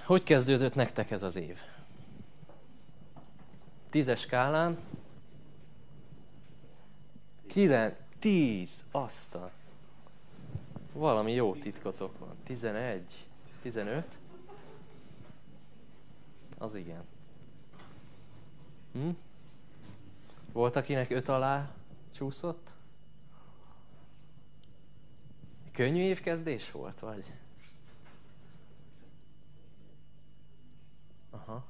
Hogy kezdődött nektek ez az év? 10-es skálán? 9, 10, asztal. Valami jó titkotok van. 11, 15? Az igen. Volt, akinek 5 alá csúszott? Könnyű évkezdés volt, vagy? Aha.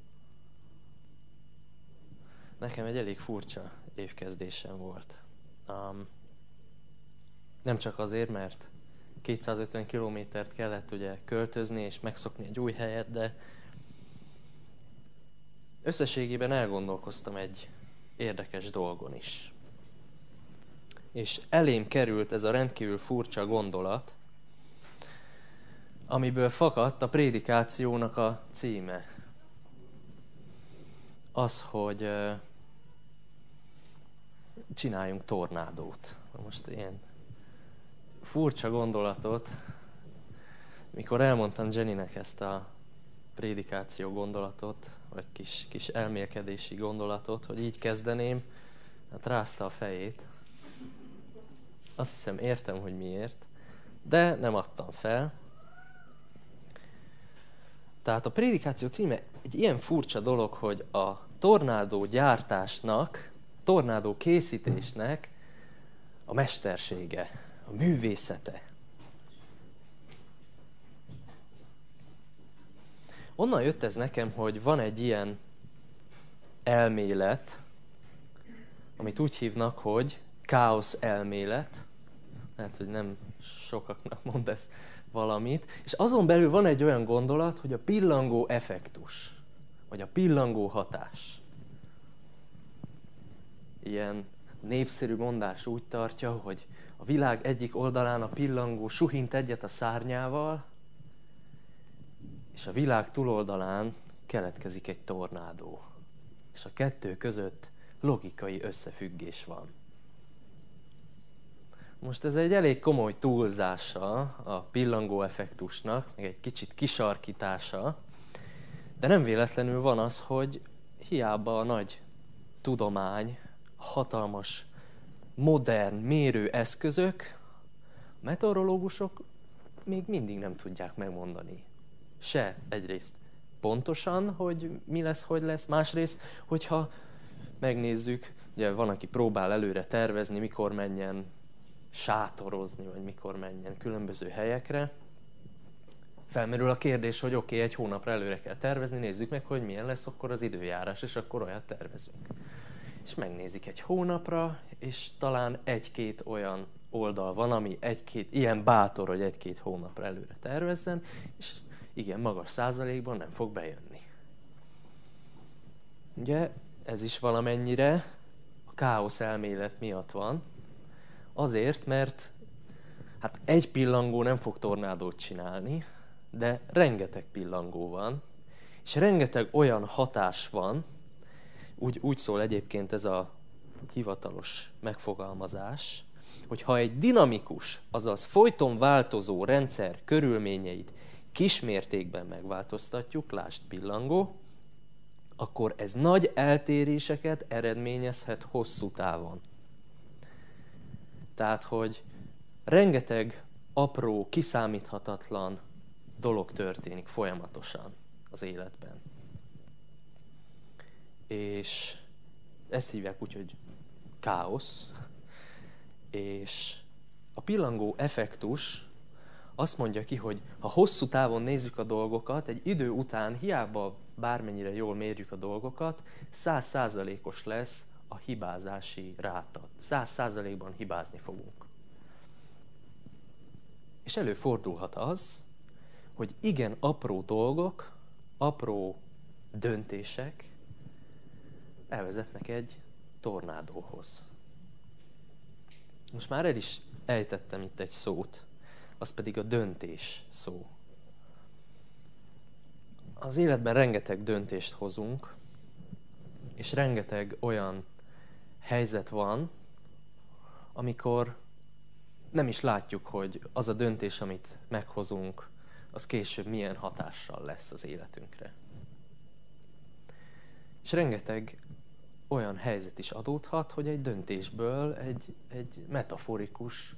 Nekem egy elég furcsa évkezdésem volt. Nem csak azért, mert 250 kilométert kellett ugye költözni és megszokni egy új helyet, de összességében elgondolkoztam egy érdekes dolgon is. És elém került ez a rendkívül furcsa gondolat, amiből fakadt a prédikációnak a címe. Az, hogy csináljunk tornádót. Most ilyen furcsa gondolatot, mikor elmondtam Jennynek ezt a prédikáció gondolatot, vagy kis elmélkedési gondolatot, hogy így kezdeném, hát rázta a fejét. Azt hiszem értem, hogy miért, de nem adtam fel. Tehát a prédikáció címe egy ilyen furcsa dolog, hogy a tornádó gyártásnak, tornádó készítésnek a mestersége, a művészete. Onnan jött ez nekem, hogy van egy ilyen elmélet, amit úgy hívnak, hogy káosz elmélet. Lehet, hogy nem sokaknak mond ez valamit. És azon belül van egy olyan gondolat, hogy a pillangó effektus, vagy a pillangó hatás. Ilyen népszerű mondás úgy tartja, hogy a világ egyik oldalán a pillangó suhint egyet a szárnyával, és a világ túloldalán keletkezik egy tornádó. És a kettő között logikai összefüggés van. Most ez egy elég komoly túlzása a pillangó effektusnak, meg egy kicsit kisarkítása, de nem véletlenül van az, hogy hiába a nagy tudomány, hatalmas, modern mérőeszközök, a meteorológusok még mindig nem tudják megmondani. Se egyrészt pontosan, hogy mi lesz, hogy lesz, másrészt, hogyha megnézzük, ugye van, aki próbál előre tervezni, mikor menjen sátorozni, vagy mikor menjen különböző helyekre. Felmerül a kérdés, hogy oké, egy hónapra előre kell tervezni, nézzük meg, hogy milyen lesz akkor az időjárás, és akkor olyat tervezünk. És megnézik egy hónapra, és talán egy-két olyan oldal van, ami ilyen bátor, hogy egy-két hónapra előre tervezzen, és igen, magas százalékban nem fog bejönni. Ugye ez is valamennyire a káosz elmélet miatt van, azért, mert hát egy pillangó nem fog tornádót csinálni, de rengeteg pillangó van, és rengeteg olyan hatás van, úgy szól egyébként ez a hivatalos megfogalmazás, hogy ha egy dinamikus, azaz folyton változó rendszer körülményeit kismértékben megváltoztatjuk, lásd pillangó, akkor ez nagy eltéréseket eredményezhet hosszú távon. Tehát, hogy rengeteg apró, kiszámíthatatlan dolog történik folyamatosan az életben. És ezt hívják úgy, hogy káosz. És a pillangó effektus azt mondja ki, hogy ha hosszú távon nézzük a dolgokat, egy idő után hiába bármennyire jól mérjük a dolgokat, 100%-os lesz a hibázási ráta. 100%-ban hibázni fogunk. És előfordulhat az, hogy igen apró dolgok, apró döntések elvezetnek egy tornádóhoz. Most már el is ejtettem itt egy szót, az pedig a döntés szó. Az életben rengeteg döntést hozunk, és rengeteg olyan helyzet van, amikor nem is látjuk, hogy az a döntés, amit meghozunk, az később milyen hatással lesz az életünkre. És rengeteg olyan helyzet is adódhat, hogy egy döntésből egy metaforikus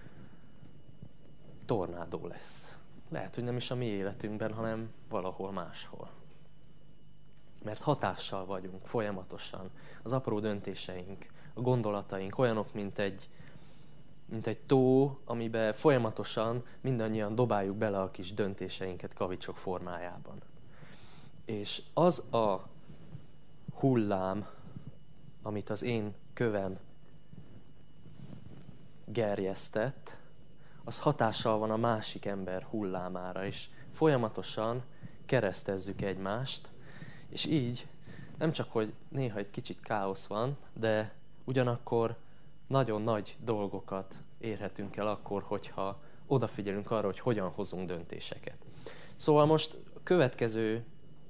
tornádó lesz. Lehet, hogy nem is a mi életünkben, hanem valahol máshol. Mert hatással vagyunk folyamatosan. Az apró döntéseink, a gondolataink olyanok, mint egy tó, amiben folyamatosan mindannyian dobáljuk bele a kis döntéseinket kavicsok formájában. És az a hullám, amit az én kövem gerjesztett, az hatással van a másik ember hullámára, és folyamatosan keresztezzük egymást, és így nem csak, hogy néha egy kicsit káosz van, de ugyanakkor nagyon nagy dolgokat érhetünk el akkor, hogyha odafigyelünk arra, hogy hogyan hozunk döntéseket. Szóval most a következő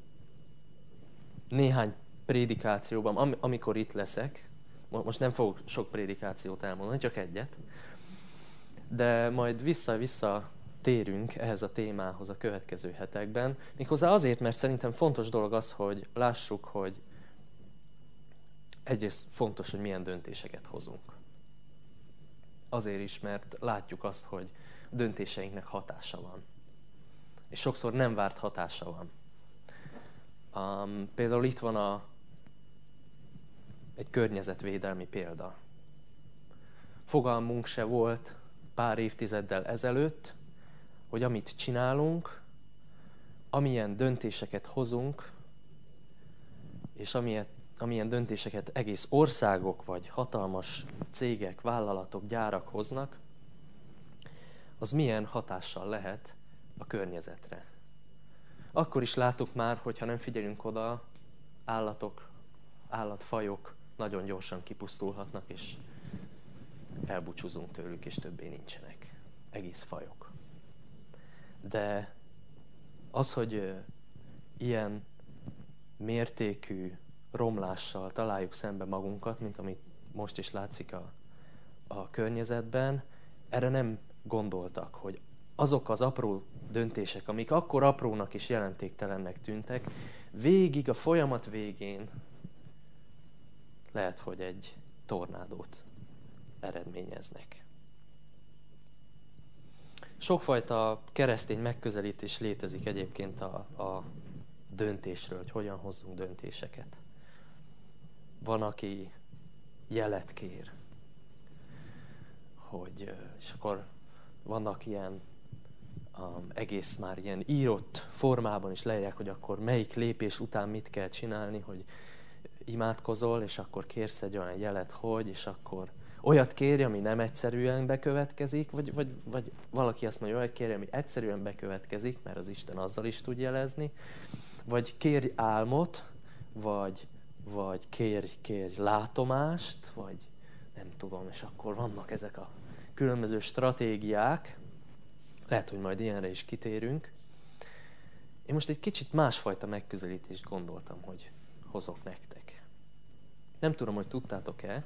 néhány prédikációban, amikor itt leszek, most nem fogok sok prédikációt elmondani, csak egyet, de majd vissza térünk ehhez a témához a következő hetekben. Méghozzá azért, mert szerintem fontos dolog az, hogy lássuk, hogy egyrészt fontos, hogy milyen döntéseket hozunk. Azért is, mert látjuk azt, hogy a döntéseinknek hatása van. És sokszor nem várt hatása van. Például itt van egy környezetvédelmi példa. Fogalmunk se volt pár évtizeddel ezelőtt, hogy amit csinálunk, amilyen döntéseket hozunk, és amilyen döntéseket egész országok, vagy hatalmas cégek, vállalatok, gyárak hoznak, az milyen hatással lehet a környezetre. Akkor is látok már, hogyha nem figyelünk oda, állatfajok nagyon gyorsan kipusztulhatnak, és elbúcsúzunk tőlük, és többé nincsenek. Egész fajok. De az, hogy ilyen mértékű romlással találjuk szembe magunkat, mint amit most is látszik a környezetben, erre nem gondoltak, hogy azok az apró döntések, amik akkor aprónak és jelentéktelennek tűntek, végig a folyamat végén lehet, hogy egy tornádót eredményeznek. Sokfajta keresztény megközelítés létezik egyébként a döntésről, hogy hogyan hozzunk döntéseket. Van, aki jelet kér, és akkor vannak ilyen egész már ilyen írott formában is leírják, hogy akkor melyik lépés után mit kell csinálni, hogy imádkozol, és akkor kérsz egy olyan jelet, és akkor olyat kérj, ami nem egyszerűen bekövetkezik, vagy valaki azt mondja, olyat kérj, ami egyszerűen bekövetkezik, mert az Isten azzal is tud jelezni, vagy kérj álmot, vagy kérj látomást, vagy nem tudom, és akkor vannak ezek a különböző stratégiák, lehet, hogy majd ilyenre is kitérünk. Én most egy kicsit másfajta megközelítést gondoltam, hogy hozok nektek. Nem tudom, hogy tudtátok-e,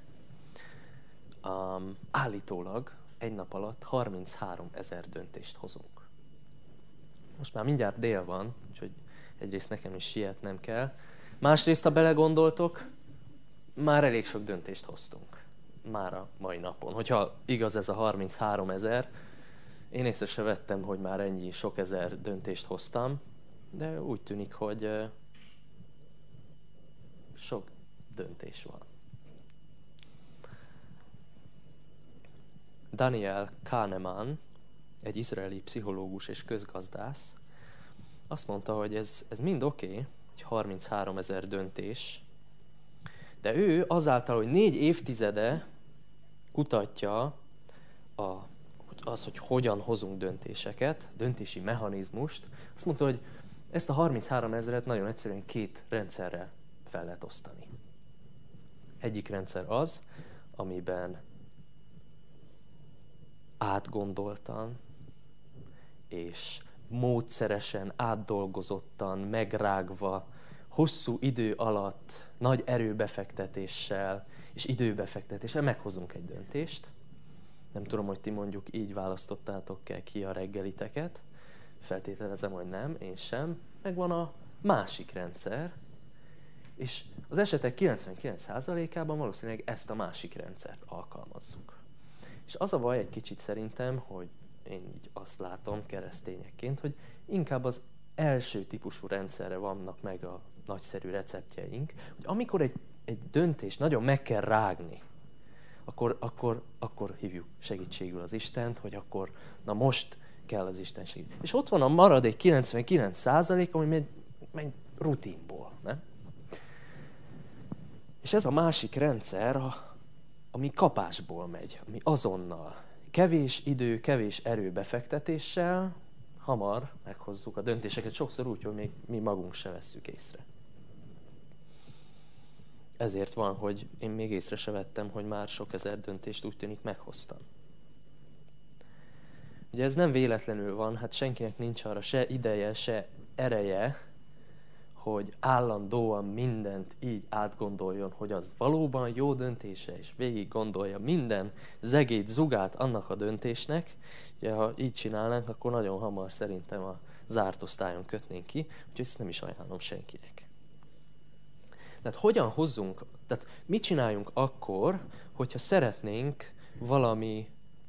állítólag egy nap alatt 33 000 döntést hozunk. Most már mindjárt dél van, úgyhogy egyrészt nekem is sietnem kell. Másrészt, ha belegondoltok, már elég sok döntést hoztunk. Már a mai napon. Hogyha igaz ez a 33 000, én észre se vettem, hogy már ennyi sok ezer döntést hoztam, de úgy tűnik, hogy sok döntés van. Daniel Kahneman, egy izraeli pszichológus és közgazdász, azt mondta, hogy ez mind oké, hogy 33 000 döntés, de ő azáltal, hogy 4 évtizede kutatja hogy hogyan hozunk döntéseket, döntési mechanizmust, azt mondta, hogy ezt a 33 000-et nagyon egyszerűen 2 rendszerre fel lehet osztani. Egyik rendszer az, amiben átgondoltan és módszeresen, átdolgozottan, megrágva, hosszú idő alatt, nagy erőbefektetéssel és időbefektetéssel meghozunk egy döntést. Nem tudom, hogy ti mondjuk így választottátok-e ki a reggeliteket. feltételezem, hogy nem, én sem, megvan a másik rendszer, és az esetek 99%-ában valószínűleg ezt a másik rendszert alkalmazzuk. És az a baj egy kicsit szerintem, hogy én így azt látom keresztényekként, hogy inkább az első típusú rendszerre vannak meg a nagyszerű receptjeink, hogy amikor egy döntés nagyon meg kell rágni, akkor hívjuk segítségül az Istent, hogy akkor na most kell az Isten segít. És ott van a maradék 99%, ami megy rutinból. Nem? És ez a másik rendszer, ami kapásból megy, ami azonnal. Kevés idő, kevés erőbefektetéssel hamar meghozzuk a döntéseket, sokszor úgy, hogy még mi magunk se vesszük észre. Ezért van, hogy én még észre se vettem, hogy már sok ezer döntést úgy tűnik meghoztam. Ugye ez nem véletlenül van, hát senkinek nincs arra se ideje, se ereje, hogy állandóan mindent így átgondoljon, hogy az valóban jó döntése, és végig gondolja minden zegét, zugát annak a döntésnek. Ugye, ha így csinálnánk, akkor nagyon hamar szerintem a zárt osztályon kötnénk ki, úgyhogy ezt nem is ajánlom senkinek. Tehát hogyan hozzunk, tehát mit csináljunk akkor, hogyha szeretnénk valami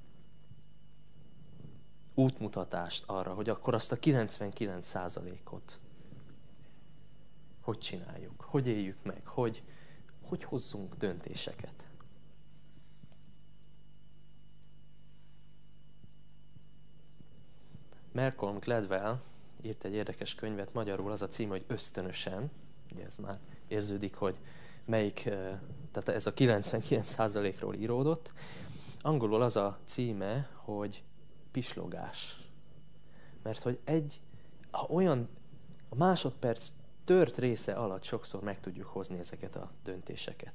útmutatást arra, hogy akkor azt a 99%-ot hogy csináljuk, hogy éljük meg, hogy hozzunk döntéseket. Malcolm Gladwell írt egy érdekes könyvet, magyarul az a cím, hogy Ösztönösen. Ugye ez már érződik, hogy melyik, tehát ez a 99%-ról íródott. Angolul az a címe, hogy Pislogás. Mert hogy a másodperc tört része alatt sokszor meg tudjuk hozni ezeket a döntéseket.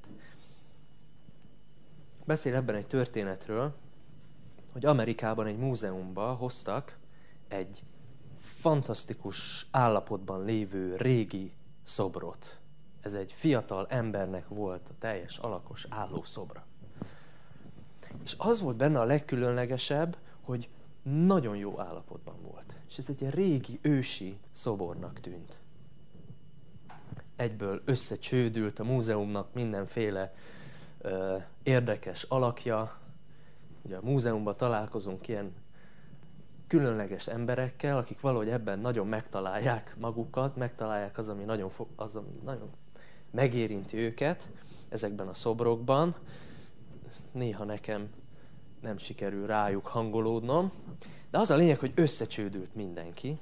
Beszél ebben egy történetről, hogy Amerikában egy múzeumban hoztak egy fantasztikus állapotban lévő régi szobrot. Ez egy fiatal embernek volt a teljes alakos állószobra. És az volt benne a legkülönlegesebb, hogy nagyon jó állapotban volt. És ez egy régi, ősi szobornak tűnt. Egyből összecsődült a múzeumnak mindenféle érdekes alakja. Ugye a múzeumban találkozunk ilyen különleges emberekkel, akik valahogy ebben nagyon megtalálják magukat, megtalálják ami nagyon megérinti őket ezekben a szobrokban. Néha nekem nem sikerül rájuk hangolódnom, de az a lényeg, hogy összecsődült mindenki,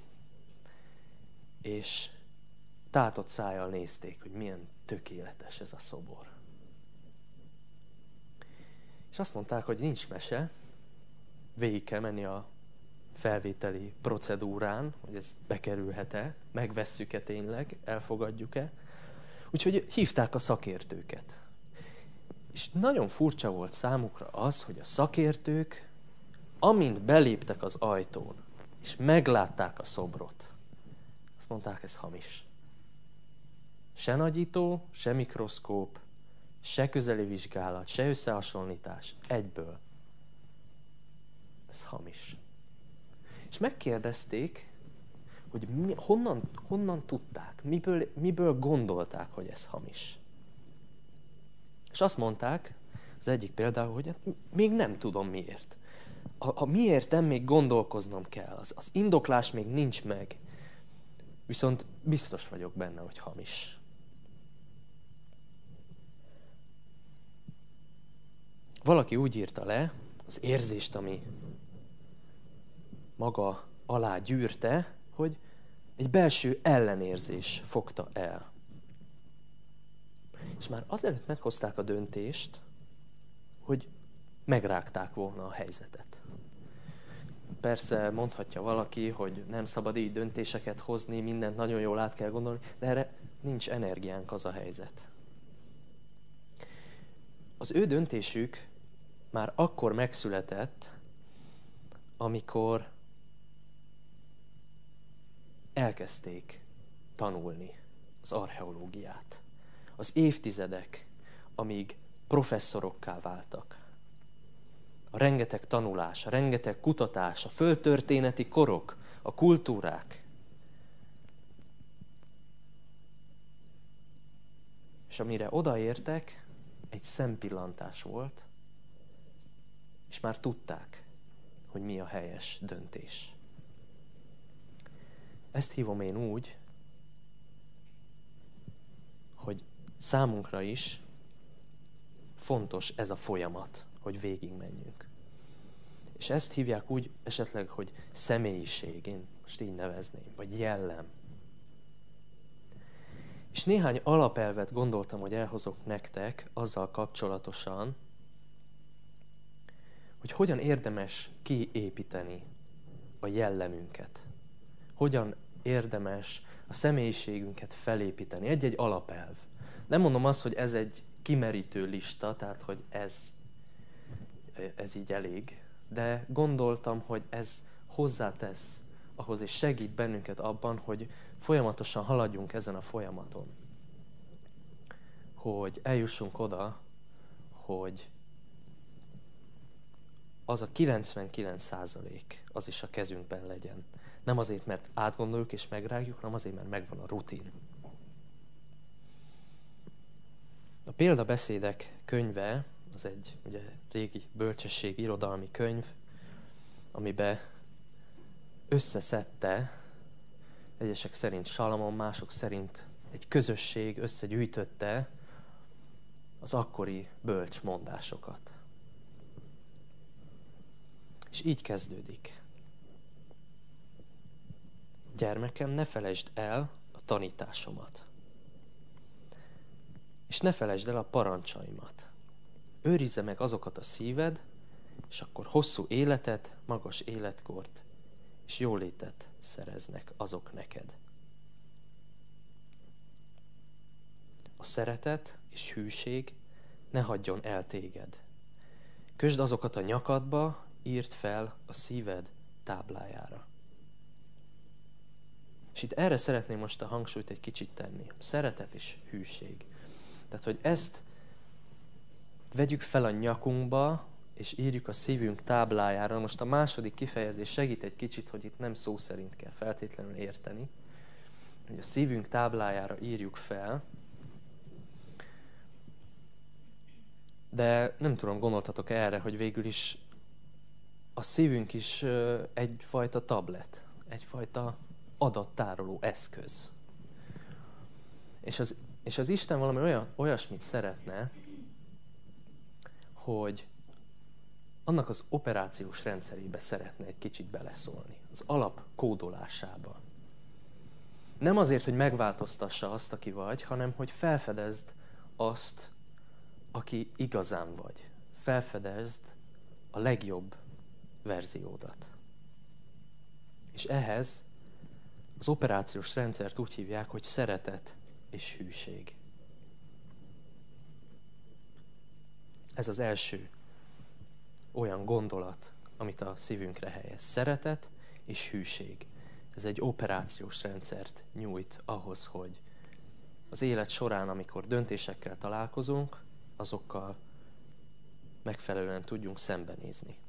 és tátott szájjal nézték, hogy milyen tökéletes ez a szobor. És azt mondták, hogy nincs mese, végig kell menni a felvételi procedúrán, hogy ez bekerülhet-e, megvesszük-e tényleg, elfogadjuk-e. Úgyhogy hívták a szakértőket. És nagyon furcsa volt számukra az, hogy a szakértők, amint beléptek az ajtón, és meglátták a szobrot, azt mondták, ez hamis. Se nagyító, se mikroszkóp, se közeli vizsgálat, se összehasonlítás, egyből. Ez hamis. És megkérdezték, hogy honnan tudták, miből gondolták, hogy ez hamis. És azt mondták, az egyik például, hogy hát még nem tudom miért. A miértem még gondolkoznom kell, az indoklás még nincs meg. Viszont biztos vagyok benne, hogy hamis. Valaki úgy írta le az érzést, ami maga alá gyűrte, hogy egy belső ellenérzés fogta el. És már azelőtt meghozták a döntést, hogy megrágták volna a helyzetet. Persze mondhatja valaki, hogy nem szabad így döntéseket hozni, mindent nagyon jól át kell gondolni, de erre nincs energiánk, az a helyzet. Az ő döntésük már akkor megszületett, amikor elkezdték tanulni az archeológiát. Az évtizedek, amíg professzorokká váltak. A rengeteg tanulás, a rengeteg kutatás, a földtörténeti korok, a kultúrák. És amire odaértek, egy szempillantás volt, és már tudták, hogy mi a helyes döntés. Ezt hívom én úgy, hogy számunkra is fontos ez a folyamat, hogy végigmenjünk. És ezt hívják úgy esetleg, hogy személyiség, én most így nevezném, vagy jellem. És néhány alapelvet gondoltam, hogy elhozok nektek azzal kapcsolatosan, hogy hogyan érdemes kiépíteni a jellemünket. Hogyan érdemes a személyiségünket felépíteni. Egy-egy alapelv. Nem mondom azt, hogy ez egy kimerítő lista, tehát hogy ez így elég, de gondoltam, hogy ez hozzátesz ahhoz, és segít bennünket abban, hogy folyamatosan haladjunk ezen a folyamaton. Hogy eljussunk oda, hogy az a 99% az is a kezünkben legyen. Nem azért, mert átgondoljuk és megrágjuk, hanem azért, mert megvan a rutin. A példabeszédek könyve, az egy ugye, régi bölcsesség irodalmi könyv, amiben összeszedte, egyesek szerint Salamon, mások szerint egy közösség összegyűjtötte az akkori bölcs mondásokat. És így kezdődik. Gyermekem, ne felejtsd el a tanításomat. És ne felejtsd el a parancsaimat. Őrizze meg azokat a szíved, és akkor hosszú életet, magas életkort és jólétet szereznek azok neked. A szeretet és hűség ne hagyjon el téged. Kösd azokat a nyakadba, írd fel a szíved táblájára. És itt erre szeretném most a hangsúlyt egy kicsit tenni. Szeretet és hűség. Tehát, hogy ezt vegyük fel a nyakunkba, és írjuk a szívünk táblájára. Most a második kifejezés segít egy kicsit, hogy itt nem szó szerint kell feltétlenül érteni. Hogy a szívünk táblájára írjuk fel. De nem tudom, gondoltatok erre, hogy végül is a szívünk is egyfajta tablet, egyfajta adattároló eszköz. És az Isten valami olyasmit szeretne, hogy annak az operációs rendszerébe szeretne egy kicsit beleszólni, az alap kódolásába. Nem azért, hogy megváltoztassa azt, aki vagy, hanem hogy felfedezd azt, aki igazán vagy. Felfedezd a legjobb verziódat. És ehhez az operációs rendszert úgy hívják, hogy szeretet és hűség. Ez az első olyan gondolat, amit a szívünkre helyez. Szeretet és hűség. Ez egy operációs rendszert nyújt ahhoz, hogy az élet során, amikor döntésekkel találkozunk, azokkal megfelelően tudjunk szembenézni.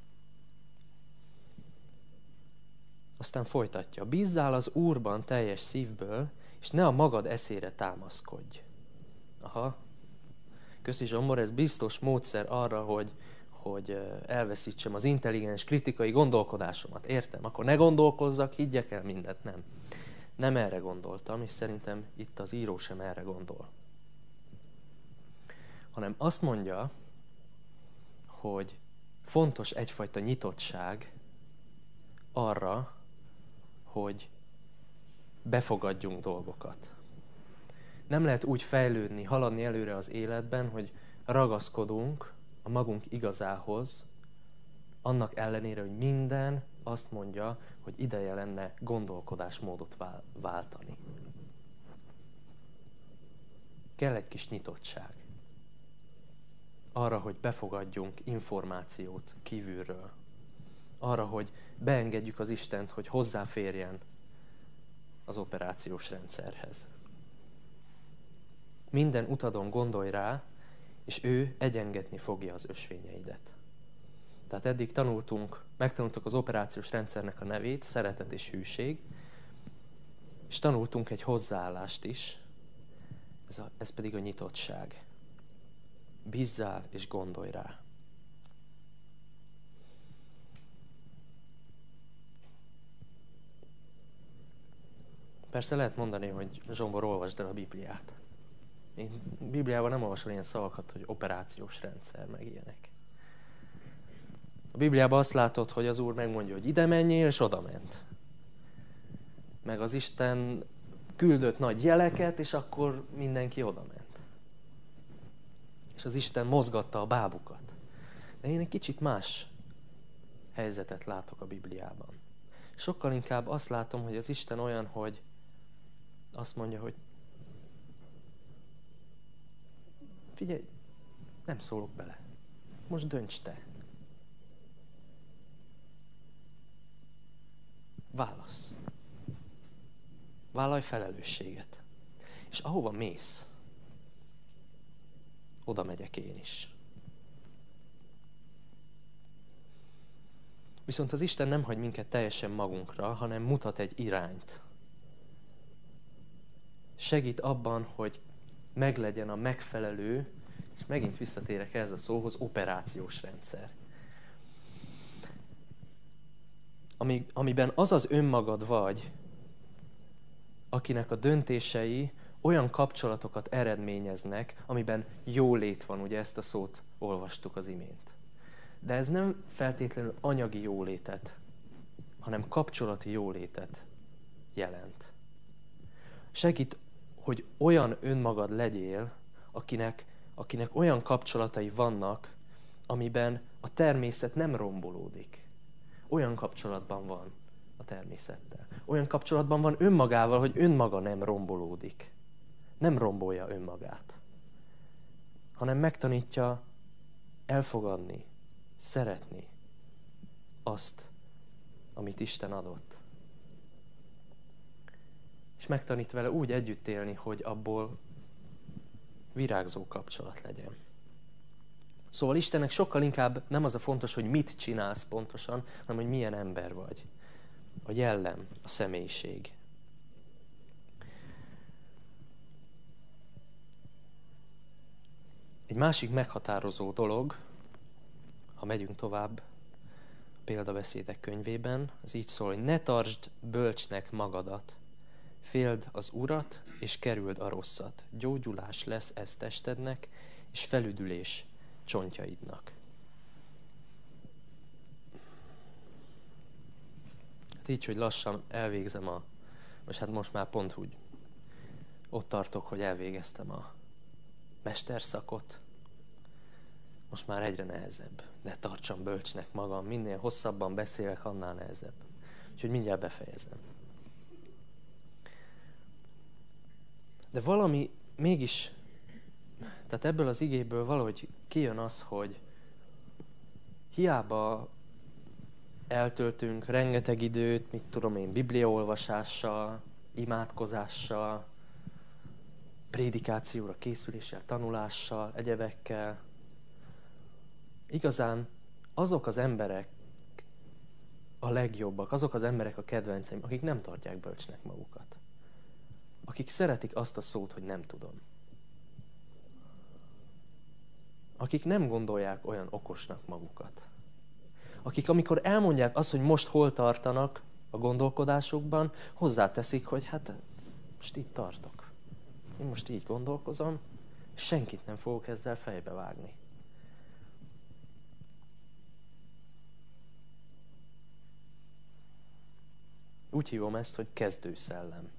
Aztán folytatja. Bízzál az Úrban teljes szívből, és ne a magad eszére támaszkodj. Aha. Köszi Zsombor, ez biztos módszer arra, hogy elveszítsem az intelligens, kritikai gondolkodásomat. Értem? Akkor ne gondolkozzak, higgyek el mindent. Nem. Nem erre gondoltam, és szerintem itt az író sem erre gondol. Hanem azt mondja, hogy fontos egyfajta nyitottság arra, hogy befogadjunk dolgokat. Nem lehet úgy fejlődni, haladni előre az életben, hogy ragaszkodunk a magunk igazához, annak ellenére, hogy minden azt mondja, hogy ideje lenne gondolkodásmódot váltani. Kell egy kis nyitottság. Arra, hogy befogadjunk információt kívülről. Arra, hogy beengedjük az Istent, hogy hozzáférjen az operációs rendszerhez. Minden utadon gondolj rá, és ő egyengetni fogja az ösvényeidet. Tehát eddig megtanultuk az operációs rendszernek a nevét, szeretet és hűség, és tanultunk egy hozzáállást is, ez pedig a nyitottság. Bízzál és gondolj rá. Persze lehet mondani, hogy Zsombor, olvasd el a Bibliát. Én Bibliában nem olvasom ilyen szavakat, hogy operációs rendszer, meg ilyenek. A Bibliában azt látod, hogy az Úr megmondja, hogy ide menjél, és oda ment. Meg az Isten küldött nagy jeleket, és akkor mindenki oda ment. És az Isten mozgatta a bábukat. De én egy kicsit más helyzetet látok a Bibliában. Sokkal inkább azt látom, hogy az Isten olyan, hogy azt mondja, hogy figyelj, nem szólok bele. Most dönts te. Válasz. Vállalj felelősséget. És ahova mész, oda megyek én is. Viszont az Isten nem hagy minket teljesen magunkra, hanem mutat egy irányt. Segít abban, hogy meglegyen a megfelelő, és megint visszatérek ehhez a szóhoz, operációs rendszer. Amiben az az önmagad vagy, akinek a döntései olyan kapcsolatokat eredményeznek, amiben jólét van, ugye ezt a szót olvastuk az imént. De ez nem feltétlenül anyagi jólétet, hanem kapcsolati jólétet jelent. Segít, hogy olyan önmagad legyél, akinek olyan kapcsolatai vannak, amiben a természet nem rombolódik. Olyan kapcsolatban van a természettel. Olyan kapcsolatban van önmagával, hogy önmaga nem rombolódik. Nem rombolja önmagát. Hanem megtanítja elfogadni, szeretni azt, amit Isten adott. És megtanít vele úgy együtt élni, hogy abból virágzó kapcsolat legyen. Szóval Istennek sokkal inkább nem az a fontos, hogy mit csinálsz pontosan, hanem hogy milyen ember vagy. A jellem, a személyiség. Egy másik meghatározó dolog, ha megyünk tovább a példabeszédek könyvében, az így szól, hogy ne tartsd bölcsnek magadat, féld az Urat, és kerüld a rosszat. Gyógyulás lesz ez testednek, és felüdülés csontjaidnak. Hát így, hogy lassan elvégzem most már pont úgy ott tartok, hogy elvégeztem a mesterszakot. Most már egyre nehezebb. Ne tartsam bölcsnek magam. Minél hosszabban beszélek, annál nehezebb. Úgyhogy mindjárt befejezem. De valami mégis, tehát ebből az igéből valahogy kijön az, hogy hiába eltöltünk rengeteg időt, mit tudom én, bibliaolvasással, imádkozással, prédikációra készüléssel, tanulással, egyebekkel. Igazán azok az emberek a legjobbak, azok az emberek a kedvenceim, akik nem tartják bölcsnek magukat. Akik szeretik azt a szót, hogy nem tudom. Akik nem gondolják olyan okosnak magukat. Akik amikor elmondják azt, hogy most hol tartanak a gondolkodásukban, hozzáteszik, hogy hát most itt tartok. Én most így gondolkozom, és senkit nem fogok ezzel fejbe vágni. Úgy hívom ezt, hogy kezdőszellem.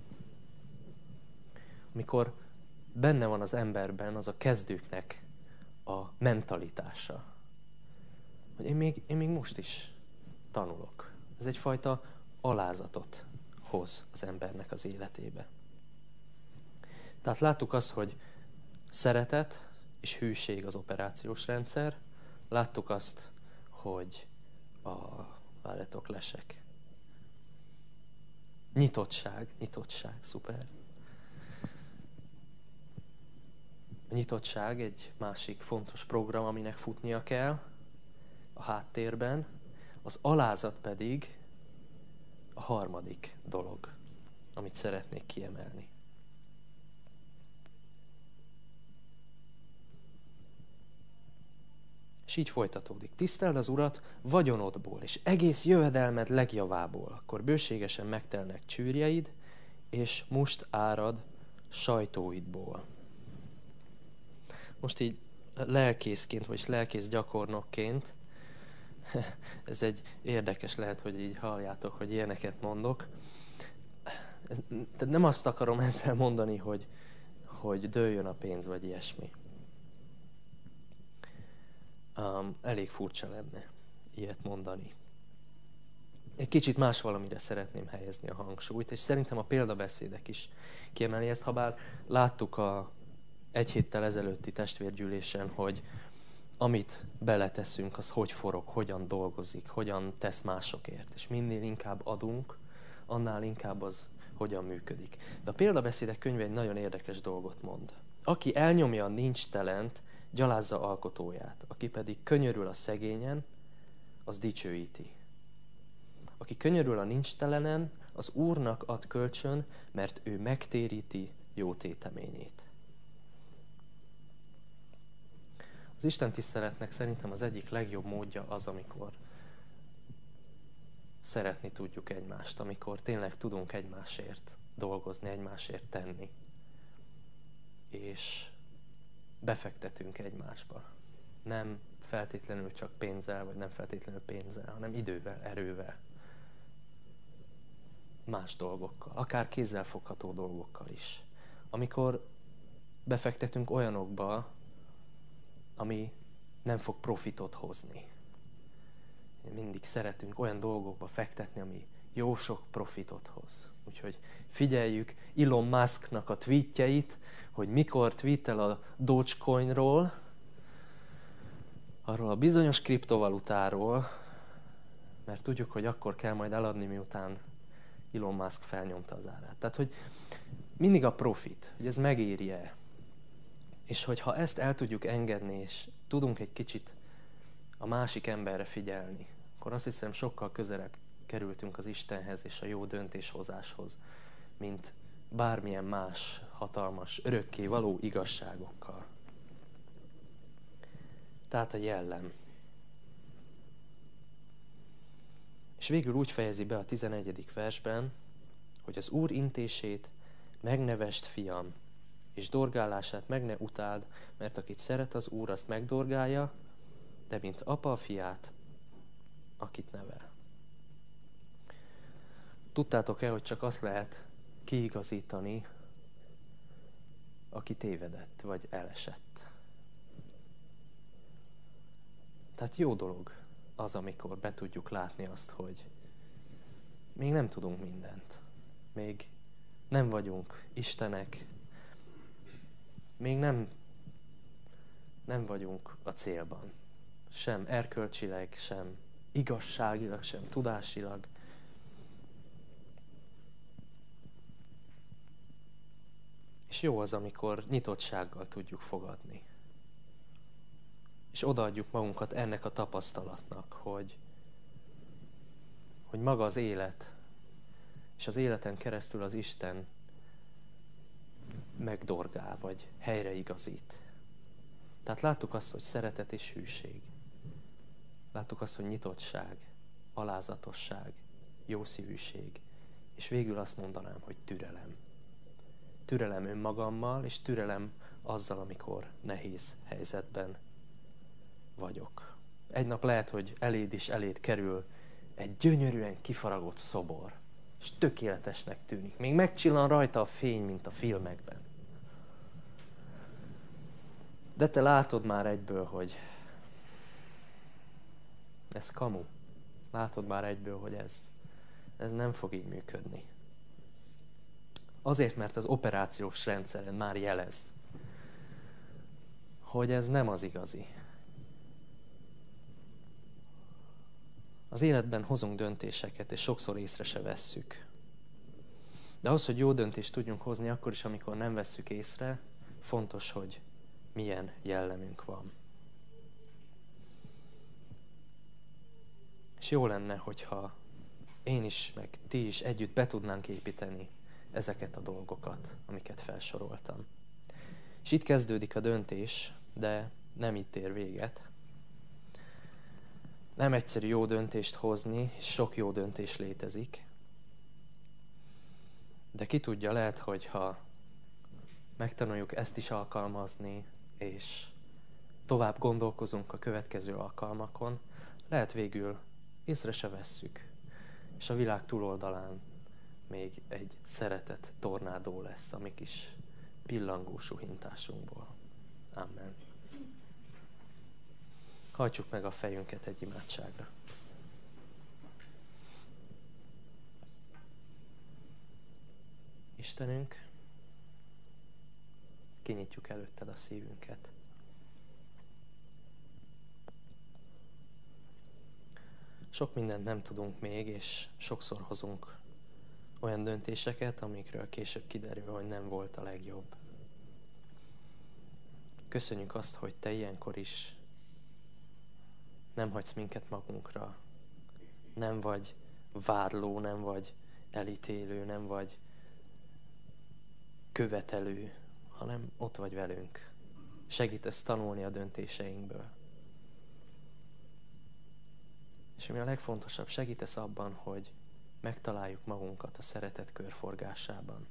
Amikor benne van az emberben az a kezdőknek a mentalitása, hogy én még most is tanulok. Ez egyfajta alázatot hoz az embernek az életébe. Tehát láttuk azt, hogy szeretet és hűség az operációs rendszer. Láttuk azt, hogy várjatok, lesek. Nyitottság, szuper. A nyitottság egy másik fontos program, aminek futnia kell. a háttérben, az alázat pedig a harmadik dolog, amit szeretnék kiemelni. És így folytatódik. Tiszteld az Urat vagyonodból, és egész jövedelmed legjavából, akkor bőségesen megtelnek csűrjeid, és must árad sajtóidból. Most így lelkészként, vagy lelkész gyakornokként, ez egy érdekes, lehet, hogy így halljátok, hogy ilyeneket mondok. Tehát nem azt akarom ezzel mondani, hogy dőljön a pénz, vagy ilyesmi. Elég furcsa lenne ilyet mondani. Egy kicsit más valamire szeretném helyezni a hangsúlyt, és szerintem a példabeszédek is kiemeli ezt, habár láttuk egy héttel ezelőtti testvérgyűlésen, hogy amit beleteszünk, az hogy forog, hogyan dolgozik, hogyan tesz másokért. És minél inkább adunk, annál inkább az hogyan működik. De a példabeszédek könyve egy nagyon érdekes dolgot mond. Aki elnyomja a nincstelent, gyalázza alkotóját, aki pedig könyörül a szegényen, az dicsőíti. Aki könyörül a nincstelenen, az Úrnak ad kölcsön, mert ő megtéríti jó téteményét. Az Isten tiszteletnek szerintem az egyik legjobb módja az, amikor szeretni tudjuk egymást, amikor tényleg tudunk egymásért dolgozni, egymásért tenni. És befektetünk egymásba. Nem feltétlenül csak pénzzel, vagy nem feltétlenül pénzzel, hanem idővel, erővel. Más dolgokkal, akár kézzelfogható dolgokkal is. Amikor befektetünk olyanokba, ami nem fog profitot hozni. Mindig szeretünk olyan dolgokba fektetni, ami jó sok profitot hoz. Úgyhogy figyeljük Elon Musknak a tweetjeit, hogy mikor tweetel a Dogecoinról, arról a bizonyos kriptovalutáról, mert tudjuk, hogy akkor kell majd eladni, miután Elon Musk felnyomta az árát. Tehát, hogy mindig a profit, hogy ez megéri-e. És hogyha ezt el tudjuk engedni, és tudunk egy kicsit a másik emberre figyelni, akkor azt hiszem sokkal közelebb kerültünk az Istenhez és a jó döntéshozáshoz, mint bármilyen más hatalmas, örökké való igazságokkal. Tehát a jellem. És végül úgy fejezi be a 11. versben, hogy az Úr intését megnevest, fiam, és dorgálását meg ne utáld, mert akit szeret az Úr, azt megdorgálja, de mint apa a fiát, akit nevel. Tudtátok-e, hogy csak azt lehet kiigazítani, aki tévedett, vagy elesett? Tehát jó dolog az, amikor be tudjuk látni azt, hogy még nem tudunk mindent. Még nem vagyunk istenek, még nem vagyunk a célban. Sem erkölcsileg, sem igazságilag, sem tudásilag. És jó az, amikor nyitottsággal tudjuk fogadni. És odaadjuk magunkat ennek a tapasztalatnak, hogy maga az élet, és az életen keresztül az Isten megdorgál, vagy helyreigazít. Tehát láttuk azt, hogy szeretet és hűség. Láttuk azt, hogy nyitottság, alázatosság, jószívűség, és végül azt mondanám, hogy türelem. Türelem önmagammal, és türelem azzal, amikor nehéz helyzetben vagyok. Egy nap lehet, hogy eléd kerül egy gyönyörűen kifaragott szobor, és tökéletesnek tűnik. Még megcsillan rajta a fény, mint a filmekben. De te látod már egyből, hogy ez kamu. Látod már egyből, hogy ez nem fog így működni. Azért, mert az operációs rendszeren már jelez, hogy ez nem az igazi. Az életben hozunk döntéseket, és sokszor észre se vesszük. De ahhoz, hogy jó döntést tudjunk hozni, akkor is, amikor nem vesszük észre, fontos, hogy milyen jellemünk van. És jó lenne, hogyha én is, meg ti is együtt be tudnánk építeni ezeket a dolgokat, amiket felsoroltam. És itt kezdődik a döntés, de nem itt ér véget. Nem egyszerű jó döntést hozni, és sok jó döntés létezik. De ki tudja, lehet, hogy ha megtanuljuk ezt is alkalmazni, és tovább gondolkozunk a következő alkalmakon, lehet végül észre se vesszük, és a világ túloldalán még egy szeretet tornádó lesz a mi kis pillangó suhintásunkból. Amen. Hajtsuk meg a fejünket egy imádságra. Istenünk, kinyitjuk előtted a szívünket. Sok mindent nem tudunk még, és sokszor hozunk olyan döntéseket, amikről később kiderül, hogy nem volt a legjobb. Köszönjük azt, hogy te ilyenkor is nem hagysz minket magunkra. Nem vagy vádló, nem vagy elítélő, nem vagy követelő, hanem ott vagy velünk. Segítesz tanulni a döntéseinkből. És ami a legfontosabb, segítesz abban, hogy megtaláljuk magunkat a szeretet körforgásában.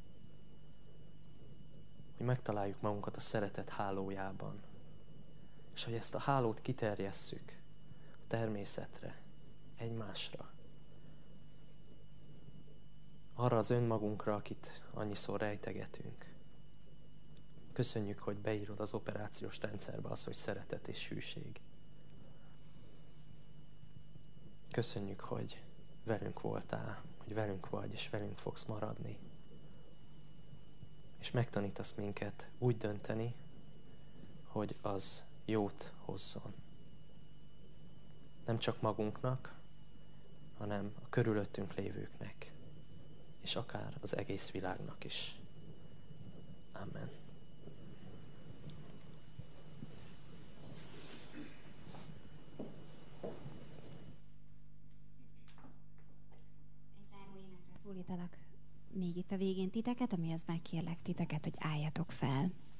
Hogy megtaláljuk magunkat a szeretet hálójában. És hogy ezt a hálót kiterjesszük a természetre, egymásra. Arra az önmagunkra, akit annyiszor rejtegetünk. Köszönjük, hogy beírod az operációs rendszerbe az, hogy szeretet és hűség. Köszönjük, hogy velünk voltál, hogy velünk vagy, és velünk fogsz maradni. És megtanítasz minket úgy dönteni, hogy az jót hozzon. Nem csak magunknak, hanem a körülöttünk lévőknek, és akár az egész világnak is. Amen. Szólítalak még itt a végén titeket, amihez megkérlek titeket, hogy álljatok fel.